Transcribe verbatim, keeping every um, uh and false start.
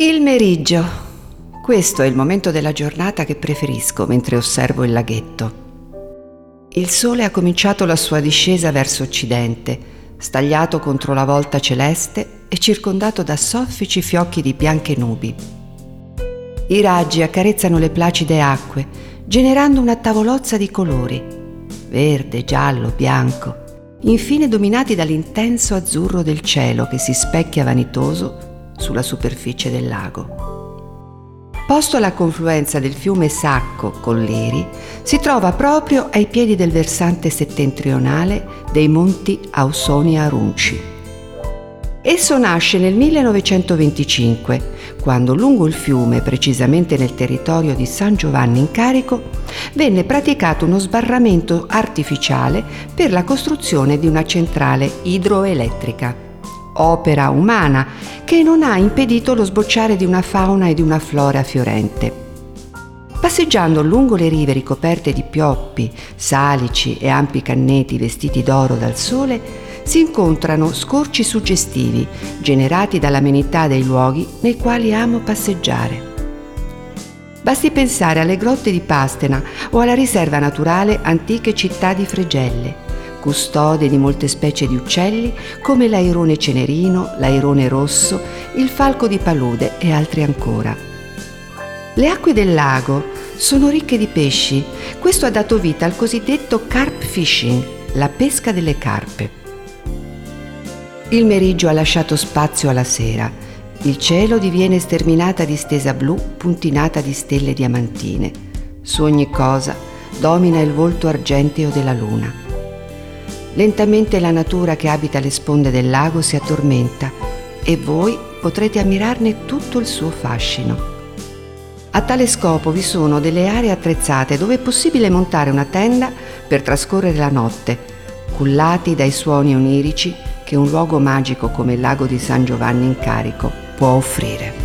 Il meriggio. Questo è il momento della giornata che preferisco mentre osservo il laghetto. Il sole ha cominciato la sua discesa verso occidente, stagliato contro la volta celeste e circondato da soffici fiocchi di bianche nubi. I raggi accarezzano le placide acque, generando una tavolozza di colori, verde, giallo, bianco, infine dominati dall'intenso azzurro del cielo che si specchia vanitoso sulla superficie del lago. Posto alla confluenza del fiume Sacco con l'Eri, si trova proprio ai piedi del versante settentrionale dei monti Ausonia Arunci. Esso nasce nel millenovecentoventicinque, quando lungo il fiume, precisamente nel territorio di San Giovanni in Carico, venne praticato uno sbarramento artificiale per la costruzione di una centrale idroelettrica. Opera umana che non ha impedito lo sbocciare di una fauna e di una flora fiorente. Passeggiando lungo le rive ricoperte di pioppi, salici e ampi canneti vestiti d'oro dal sole, si incontrano scorci suggestivi generati dall'amenità dei luoghi nei quali amo passeggiare. Basti pensare alle grotte di Pastena o alla riserva naturale Antiche Città di Fregelle, custode di molte specie di uccelli come l'airone cenerino, l'airone rosso, il falco di palude e altri ancora. Le acque del lago sono ricche di pesci. Questo ha dato vita al cosiddetto carp fishing, la pesca delle carpe. Il meriggio ha lasciato spazio alla sera. Il cielo diviene sterminata distesa blu puntinata di stelle diamantine. Su ogni cosa domina il volto argenteo della luna. Lentamente la natura che abita le sponde del lago si addormenta e voi potrete ammirarne tutto il suo fascino. A tale scopo vi sono delle aree attrezzate dove è possibile montare una tenda per trascorrere la notte, cullati dai suoni onirici che un luogo magico come il lago di San Giovanni in Carico può offrire.